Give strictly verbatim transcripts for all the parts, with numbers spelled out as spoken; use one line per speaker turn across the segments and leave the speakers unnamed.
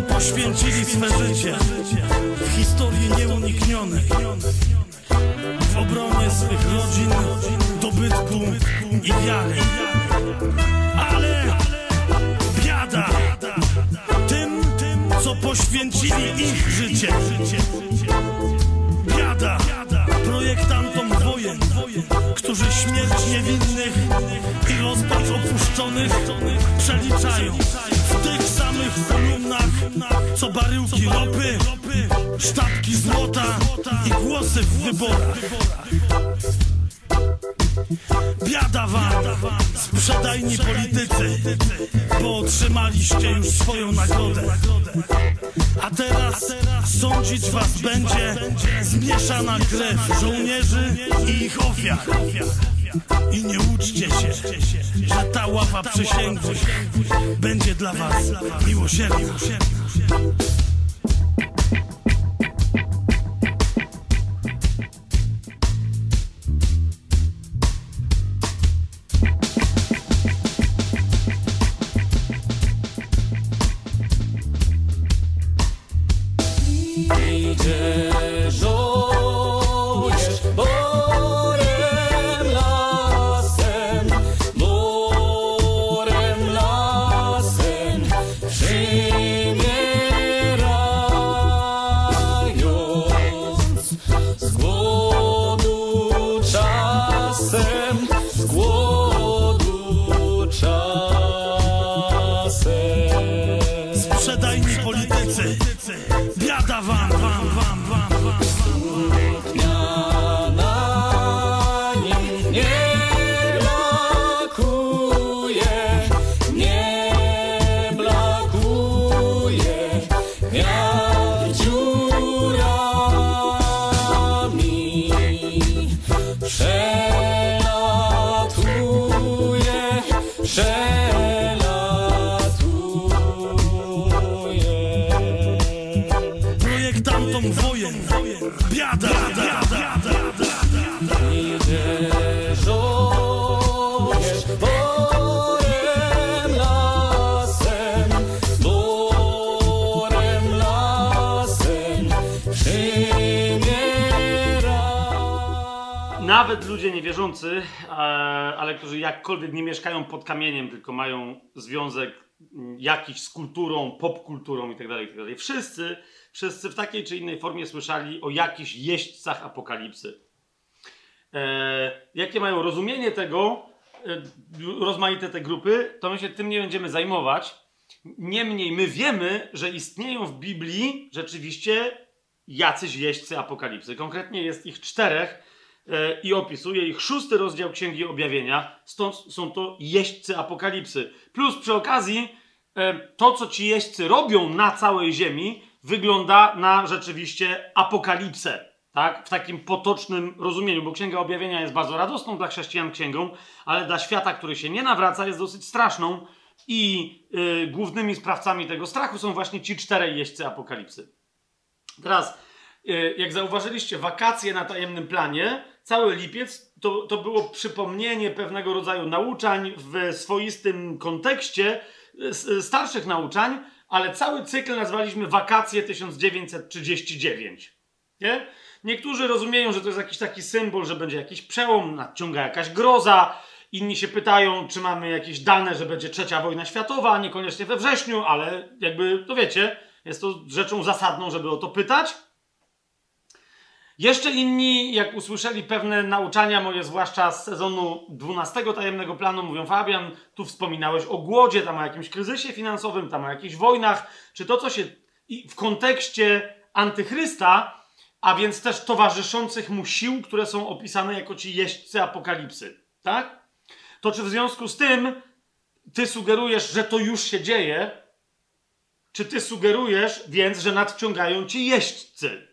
poświęcili swe życie w historii nieuniknionej w obronie swych rodzin, dobytku i wiary. Ale biada tym, co poświęcili ich życie. Biada projektantom wojen, którzy śmierć niewinnych i rozpacz opuszczonych przeliczają w tych samych kolumnach, co baryłki ropy, sztabki złota i głosy w wyborach. Biada wam, sprzedajni politycy, bo otrzymaliście już swoją nagrodę. A teraz sądzić was będzie zmieszana krew żołnierzy i ich ofiar. I nie łudźcie się, że ta ława przysięgłych będzie dla was miłosierna.
Idzie żołnierz morem, lasem, morem, lasem, przymierając z głodu czasem, z głodu czasem.
Sprzedajni politycy, biada wam, wam, wam, wam, wam.
Dnia na nim nie brakuje, nie brakuje, jak dziurami przelatuje, przelatuje.
Projektantom wojen, biada, biada,
Idzie żołnierz morem, lasem, morem, lasem, przymiera.
Nawet ludzie niewierzący, e, ale którzy jakkolwiek nie mieszkają pod kamieniem, tylko mają związek mm, jakiś z kulturą, popkulturą itd., itd. Wszyscy, wszyscy w takiej czy innej formie słyszeli o jakichś jeźdźcach apokalipsy. E, jakie mają rozumienie tego, e, rozmaite te grupy, to my się tym nie będziemy zajmować. Niemniej my wiemy, że istnieją w Biblii rzeczywiście jacyś jeźdźcy apokalipsy. Konkretnie jest ich czterech e, i opisuje ich szósty rozdział Księgi Objawienia. Stąd są to jeźdźcy apokalipsy. Plus przy okazji e, to, co ci jeźdźcy robią na całej ziemi, wygląda na rzeczywiście apokalipsę. Tak? W takim potocznym rozumieniu, bo Księga Objawienia jest bardzo radosną dla chrześcijan księgą, ale dla świata, który się nie nawraca, jest dosyć straszną i yy, głównymi sprawcami tego strachu są właśnie ci czterej jeźdźcy apokalipsy. Teraz, yy, jak zauważyliście, wakacje na tajemnym planie, cały lipiec to, to było przypomnienie pewnego rodzaju nauczań w swoistym kontekście yy, starszych nauczań, ale cały cykl nazwaliśmy Wakacje tysiąc dziewięćset trzydzieści dziewięć. Nie? Niektórzy rozumieją, że to jest jakiś taki symbol, że będzie jakiś przełom, nadciąga jakaś groza. Inni się pytają, czy mamy jakieś dane, że będzie trzecia wojna światowa, niekoniecznie we wrześniu, ale jakby, to wiecie, jest to rzeczą zasadną, żeby o to pytać. Jeszcze inni, jak usłyszeli pewne nauczania moje, zwłaszcza z sezonu dwunastego Tajemnego Planu, mówią: Fabian, tu wspominałeś o głodzie, tam o jakimś kryzysie finansowym, tam o jakichś wojnach. Czy to, co się i w kontekście antychrysta, a więc też towarzyszących mu sił, które są opisane jako ci jeźdźcy apokalipsy, tak? To czy w związku z tym ty sugerujesz, że to już się dzieje? Czy ty sugerujesz więc, że nadciągają ci jeźdźcy?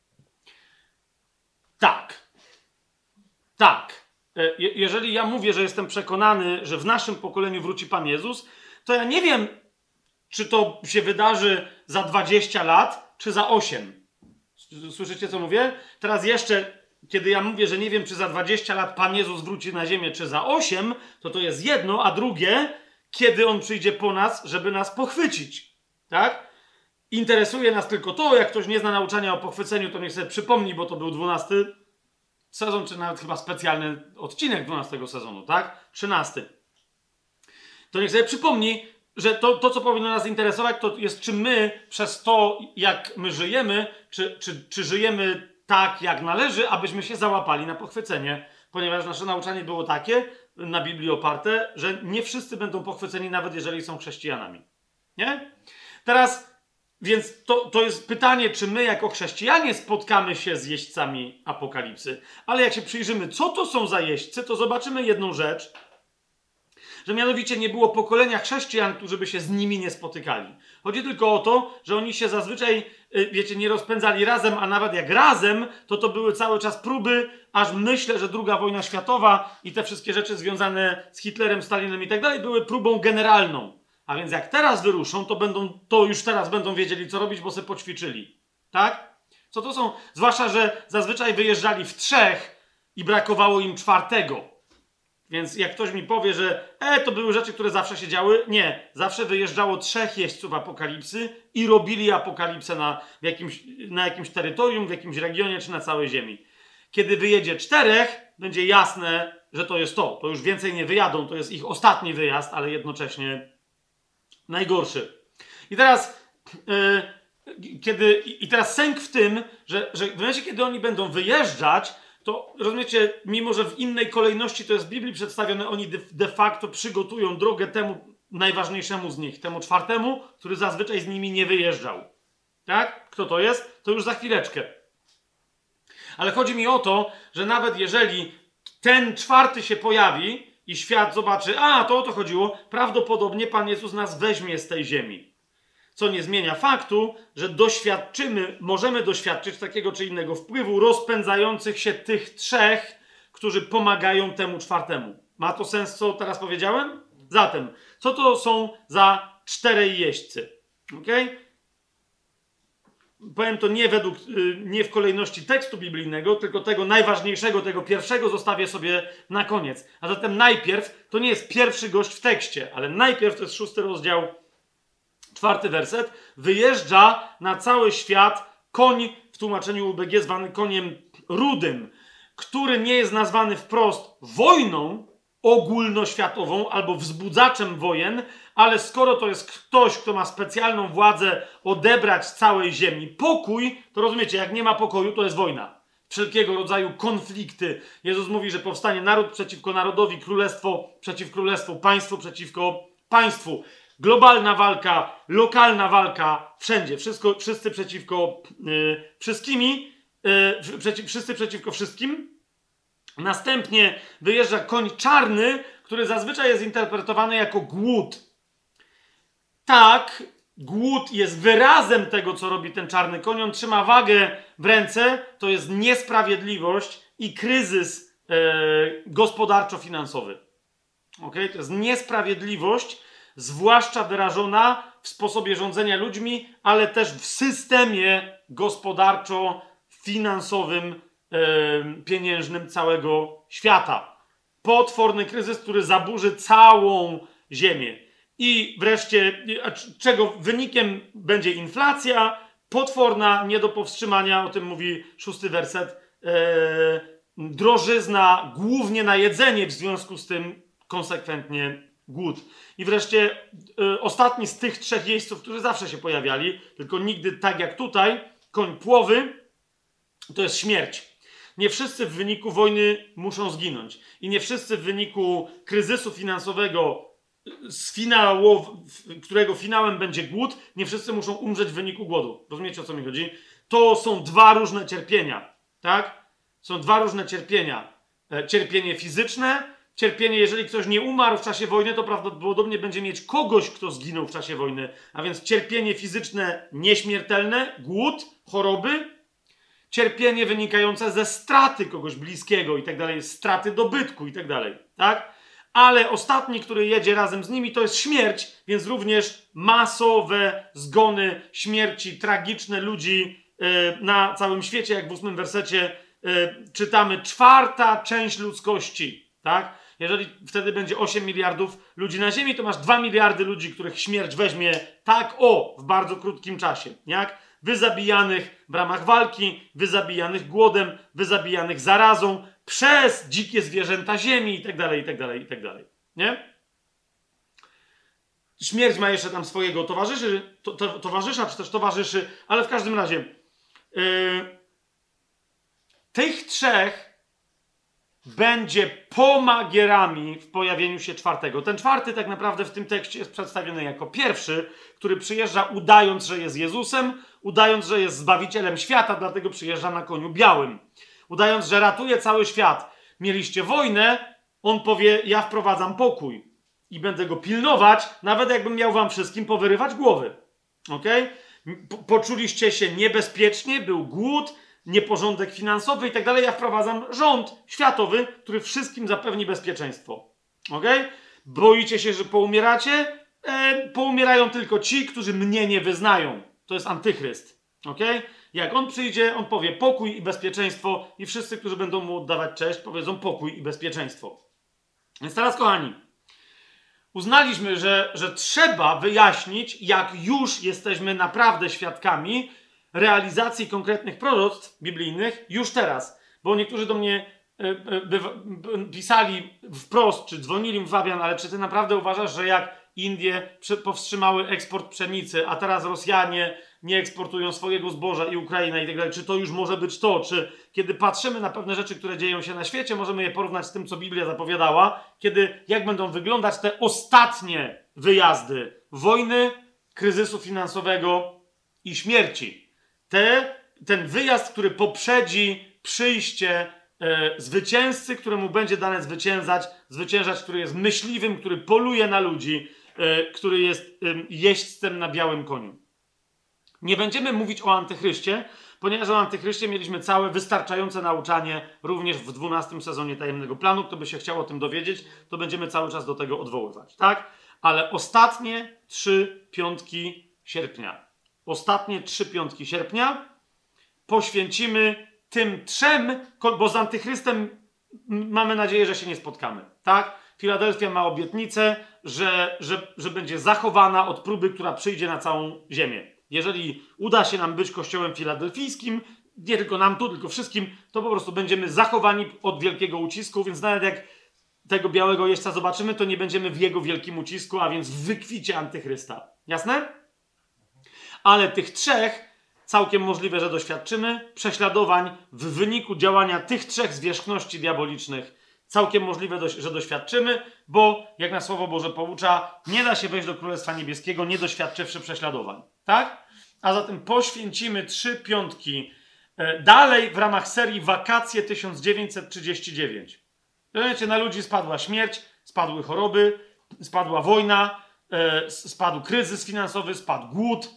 Tak. Tak. Je- jeżeli ja mówię, że jestem przekonany, że w naszym pokoleniu wróci Pan Jezus, to ja nie wiem, czy to się wydarzy za dwadzieścia lat, czy za osiem. Słyszycie, co mówię? Teraz jeszcze, kiedy ja mówię, że nie wiem, czy za dwadzieścia lat Pan Jezus wróci na ziemię, czy za osiem, to to jest jedno, a drugie, kiedy On przyjdzie po nas, żeby nas pochwycić. Tak? interesuje nas tylko to, jak ktoś nie zna nauczania o pochwyceniu, to niech sobie przypomni, bo to był dwunasty sezon, czy nawet chyba specjalny odcinek dwunastego sezonu, tak? trzynasty. To niech sobie przypomni, że to, to, co powinno nas interesować, to jest, czy my przez to, jak my żyjemy, czy, czy, czy żyjemy tak, jak należy, abyśmy się załapali na pochwycenie. Ponieważ nasze nauczanie było takie, na Biblii oparte, że nie wszyscy będą pochwyceni, nawet jeżeli są chrześcijanami. Nie? Teraz, więc to, to jest pytanie, czy my jako chrześcijanie spotkamy się z jeźdźcami apokalipsy. Ale jak się przyjrzymy, co to są za jeźdźcy, to zobaczymy jedną rzecz, że mianowicie nie było pokolenia chrześcijan, którzy by się z nimi nie spotykali. Chodzi tylko o to, że oni się zazwyczaj, wiecie, nie rozpędzali razem, a nawet jak razem, to to były cały czas próby, aż myślę, że druga wojna światowa i te wszystkie rzeczy związane z Hitlerem, Stalinem i tak dalej były próbą generalną. A więc jak teraz wyruszą, to będą, to już teraz będą wiedzieli, co robić, bo se poćwiczyli. Tak? Co to są? Zwłaszcza, że zazwyczaj wyjeżdżali w trzech i brakowało im czwartego. Więc jak ktoś mi powie, że e, to były rzeczy, które zawsze się działy, nie. Zawsze wyjeżdżało trzech jeźdźców apokalipsy i robili apokalipsę na, w jakimś, na jakimś terytorium, w jakimś regionie czy na całej ziemi. Kiedy wyjedzie czterech, będzie jasne, że to jest to. To już więcej nie wyjadą, to jest ich ostatni wyjazd, ale jednocześnie najgorszy. I teraz, yy, kiedy, i teraz sęk w tym, że, że w momencie, kiedy oni będą wyjeżdżać, to rozumiecie, mimo że w innej kolejności to jest w Biblii przedstawione, oni de, de facto przygotują drogę temu najważniejszemu z nich, temu czwartemu, który zazwyczaj z nimi nie wyjeżdżał. Tak? Kto to jest? To już za chwileczkę. Ale chodzi mi o to, że nawet jeżeli ten czwarty się pojawi i świat zobaczy, a to o to chodziło, prawdopodobnie Pan Jezus nas weźmie z tej ziemi. Co nie zmienia faktu, że doświadczymy, możemy doświadczyć takiego czy innego wpływu rozpędzających się tych trzech, którzy pomagają temu czwartemu. Ma to sens, co teraz powiedziałem? Zatem, co to są za czterej jeźdźcy? Okay? Powiem to nie według, nie w kolejności tekstu biblijnego, tylko tego najważniejszego, tego pierwszego zostawię sobie na koniec. A zatem najpierw, to nie jest pierwszy gość w tekście, ale najpierw to jest szósty rozdział, czwarty werset, wyjeżdża na cały świat koń, w tłumaczeniu U B G zwany koniem rudym, który nie jest nazwany wprost wojną ogólnoświatową albo wzbudzaczem wojen, ale skoro to jest ktoś, kto ma specjalną władzę odebrać całej ziemi pokój, to rozumiecie, jak nie ma pokoju, to jest wojna. Wszelkiego rodzaju konflikty. Jezus mówi, że powstanie naród przeciwko narodowi, królestwo przeciw królestwu, państwo przeciwko państwu. Globalna walka, lokalna walka, wszędzie. Wszystko, wszyscy przeciwko yy, wszystkimi, yy, przeci, wszyscy przeciwko wszystkim. Następnie wyjeżdża koń czarny, który zazwyczaj jest interpretowany jako głód. Tak, głód jest wyrazem tego, co robi ten czarny koń. On trzyma wagę w ręce, to jest niesprawiedliwość i kryzys yy, gospodarczo-finansowy. Okay? To jest niesprawiedliwość, zwłaszcza wyrażona w sposobie rządzenia ludźmi, ale też w systemie gospodarczo-finansowym, yy, pieniężnym całego świata. Potworny kryzys, który zaburzy całą ziemię. I wreszcie, czego wynikiem będzie inflacja, potworna, nie do powstrzymania, o tym mówi szósty werset, yy, drożyzna, głównie na jedzenie, w związku z tym konsekwentnie głód. I wreszcie yy, ostatni z tych trzech jeźdźców, którzy zawsze się pojawiali, tylko nigdy tak jak tutaj, koń płowy, to jest śmierć. Nie wszyscy w wyniku wojny muszą zginąć. I nie wszyscy w wyniku kryzysu finansowego, z finałow, którego finałem będzie głód, nie wszyscy muszą umrzeć w wyniku głodu. Rozumiecie, o co mi chodzi? To są dwa różne cierpienia. Tak? Są dwa różne cierpienia. E, cierpienie fizyczne, cierpienie, jeżeli ktoś nie umarł w czasie wojny, to prawdopodobnie będzie mieć kogoś, kto zginął w czasie wojny. A więc cierpienie fizyczne nieśmiertelne, głód, choroby, cierpienie wynikające ze straty kogoś bliskiego i tak dalej, straty dobytku i tak dalej. Tak? Ale ostatni, który jedzie razem z nimi, to jest śmierć, więc również masowe zgony, śmierci, tragiczne ludzi yy, na całym świecie, jak w ósmym wersecie yy, czytamy, czwarta część ludzkości, tak? Jeżeli wtedy będzie osiem miliardów ludzi na ziemi, to masz dwa miliardy ludzi, których śmierć weźmie tak o, w bardzo krótkim czasie. Jak? Wyzabijanych w ramach walki, wyzabijanych głodem, wyzabijanych zarazą, przez dzikie zwierzęta ziemi i tak dalej, i tak dalej, i tak dalej. Nie? Śmierć ma jeszcze tam swojego towarzyszy, to, to, towarzysza, czy też towarzyszy, ale w każdym razie yy, tych trzech będzie pomagierami w pojawieniu się czwartego. Ten czwarty tak naprawdę w tym tekście jest przedstawiony jako pierwszy, który przyjeżdża udając, że jest Jezusem, udając, że jest Zbawicielem świata, dlatego przyjeżdża na koniu białym. Udając, że ratuje cały świat. Mieliście wojnę, on powie, ja wprowadzam pokój i będę go pilnować, nawet jakbym miał wam wszystkim powyrywać głowy. Okej? Po, poczuliście się niebezpiecznie, był głód, nieporządek finansowy i tak dalej. Ja wprowadzam rząd światowy, który wszystkim zapewni bezpieczeństwo. Okej? Boicie się, że poumieracie? E, poumierają tylko ci, którzy mnie nie wyznają. To jest antychryst. Okej? Jak on przyjdzie, on powie pokój i bezpieczeństwo i wszyscy, którzy będą mu oddawać cześć, powiedzą pokój i bezpieczeństwo. Więc teraz, kochani, uznaliśmy, że, że trzeba wyjaśnić, jak już jesteśmy naprawdę świadkami realizacji konkretnych proroctw biblijnych już teraz. Bo niektórzy do mnie y, y, y, pisali wprost, czy dzwonili mi, Fabian, ale czy ty naprawdę uważasz, że jak Indie powstrzymały eksport pszenicy, a teraz Rosjanie nie eksportują swojego zboża i Ukraina i tak dalej, czy to już może być to, czy kiedy patrzymy na pewne rzeczy, które dzieją się na świecie, możemy je porównać z tym, co Biblia zapowiadała, kiedy, jak będą wyglądać te ostatnie wyjazdy wojny, kryzysu finansowego i śmierci. Te, ten wyjazd, który poprzedzi przyjście e, zwycięzcy, któremu będzie dane zwyciężać, zwyciężać, który jest myśliwym, który poluje na ludzi, e, który jest e, jeźdźcem na białym koniu. Nie będziemy mówić o antychryście, ponieważ o antychryście mieliśmy całe wystarczające nauczanie również w dwunastym sezonie Tajemnego Planu. Kto by się chciał o tym dowiedzieć, to będziemy cały czas do tego odwoływać, tak? Ale ostatnie trzy piątki sierpnia, ostatnie trzy piątki sierpnia poświęcimy tym trzem, bo z antychrystem mamy nadzieję, że się nie spotkamy, tak? Filadelfia ma obietnicę, że, że, że będzie zachowana od próby, która przyjdzie na całą ziemię. Jeżeli uda się nam być kościołem filadelfijskim, nie tylko nam tu, tylko wszystkim, to po prostu będziemy zachowani od wielkiego ucisku, więc nawet jak tego białego jeźdźca zobaczymy, to nie będziemy w jego wielkim ucisku, a więc w wykwicie antychrysta. Jasne? Ale tych trzech całkiem możliwe, że doświadczymy prześladowań w wyniku działania tych trzech zwierzchności diabolicznych. Całkiem możliwe, że doświadczymy, bo jak nas Słowo Boże poucza, nie da się wejść do Królestwa Niebieskiego, nie doświadczywszy prześladowań. Tak? A zatem poświęcimy trzy piątki e, dalej w ramach serii Wakacje tysiąc dziewięćset trzydzieści dziewięć. Wiecie, na ludzi spadła śmierć, spadły choroby, spadła wojna, e, spadł kryzys finansowy, spadł głód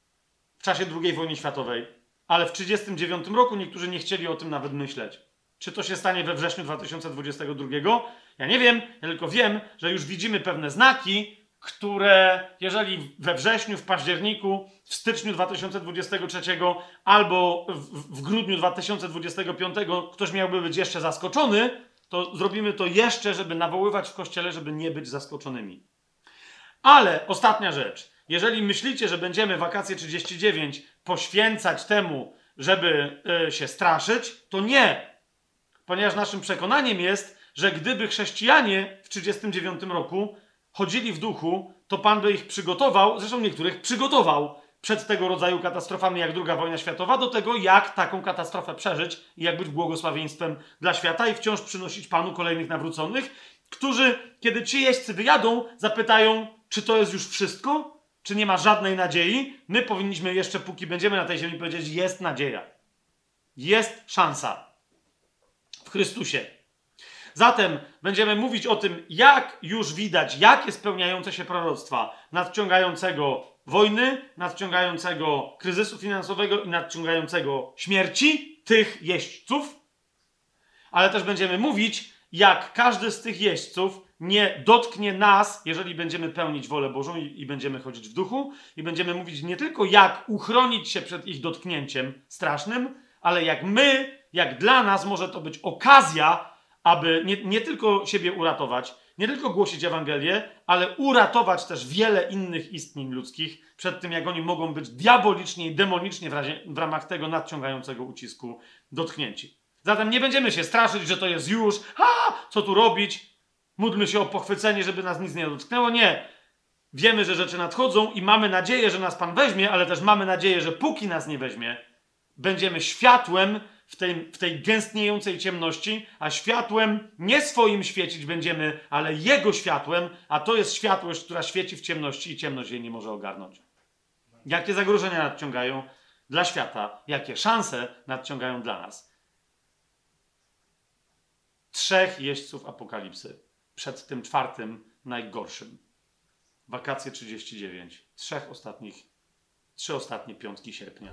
w czasie drugiej wojny światowej. Ale w tysiąc dziewięćset trzydziestym dziewiątym roku niektórzy nie chcieli o tym nawet myśleć. Czy to się stanie we wrześniu dwa tysiące dwudziestego drugiego? Ja nie wiem, ja tylko wiem, że już widzimy pewne znaki, które jeżeli we wrześniu, w październiku, w styczniu dwa tysiące dwudziestego trzeciego albo w, w grudniu dwa tysiące dwudziestego piątego ktoś miałby być jeszcze zaskoczony, to zrobimy to jeszcze, żeby nawoływać w Kościele, żeby nie być zaskoczonymi. Ale ostatnia rzecz. Jeżeli myślicie, że będziemy wakacje trzydzieści dziewięć poświęcać temu, żeby y, się straszyć, to nie. Ponieważ naszym przekonaniem jest, że gdyby chrześcijanie w tysiąc dziewięćset trzydziestym dziewiątym roku chodzili w duchu, to Pan by ich przygotował, zresztą niektórych przygotował przed tego rodzaju katastrofami jak druga wojna światowa, do tego, jak taką katastrofę przeżyć i jak być błogosławieństwem dla świata i wciąż przynosić Panu kolejnych nawróconych, którzy, kiedy ci jeźdźcy wyjadą, zapytają, czy to jest już wszystko? Czy nie ma żadnej nadziei? My powinniśmy jeszcze, póki będziemy na tej ziemi, powiedzieć, jest nadzieja. Jest szansa w Chrystusie. Zatem będziemy mówić o tym, jak już widać, jakie spełniające się proroctwa nadciągającego wojny, nadciągającego kryzysu finansowego i nadciągającego śmierci tych jeźdźców, ale też będziemy mówić, jak każdy z tych jeźdźców nie dotknie nas, jeżeli będziemy pełnić wolę Bożą i, i będziemy chodzić w duchu, i będziemy mówić nie tylko, jak uchronić się przed ich dotknięciem strasznym, ale jak my, jak dla nas może to być okazja, aby nie, nie tylko siebie uratować, nie tylko głosić Ewangelię, ale uratować też wiele innych istnień ludzkich przed tym, jak oni mogą być diabolicznie i demonicznie w, razie, w ramach tego nadciągającego ucisku dotknięci. Zatem nie będziemy się straszyć, że to jest już, a co tu robić? Módlmy się o pochwycenie, żeby nas nic nie dotknęło. Nie. Wiemy, że rzeczy nadchodzą i mamy nadzieję, że nas Pan weźmie, ale też mamy nadzieję, że póki nas nie weźmie, będziemy światłem w tej, w tej gęstniejącej ciemności, a światłem nie swoim świecić będziemy, ale Jego światłem, a to jest światłość, która świeci w ciemności i ciemność jej nie może ogarnąć. Jakie zagrożenia nadciągają dla świata, jakie szanse nadciągają dla nas. Trzech jeźdźców apokalipsy przed tym czwartym, najgorszym. Wakacje trzydzieści dziewięć. Trzech ostatnich, trzy ostatnie piątki sierpnia.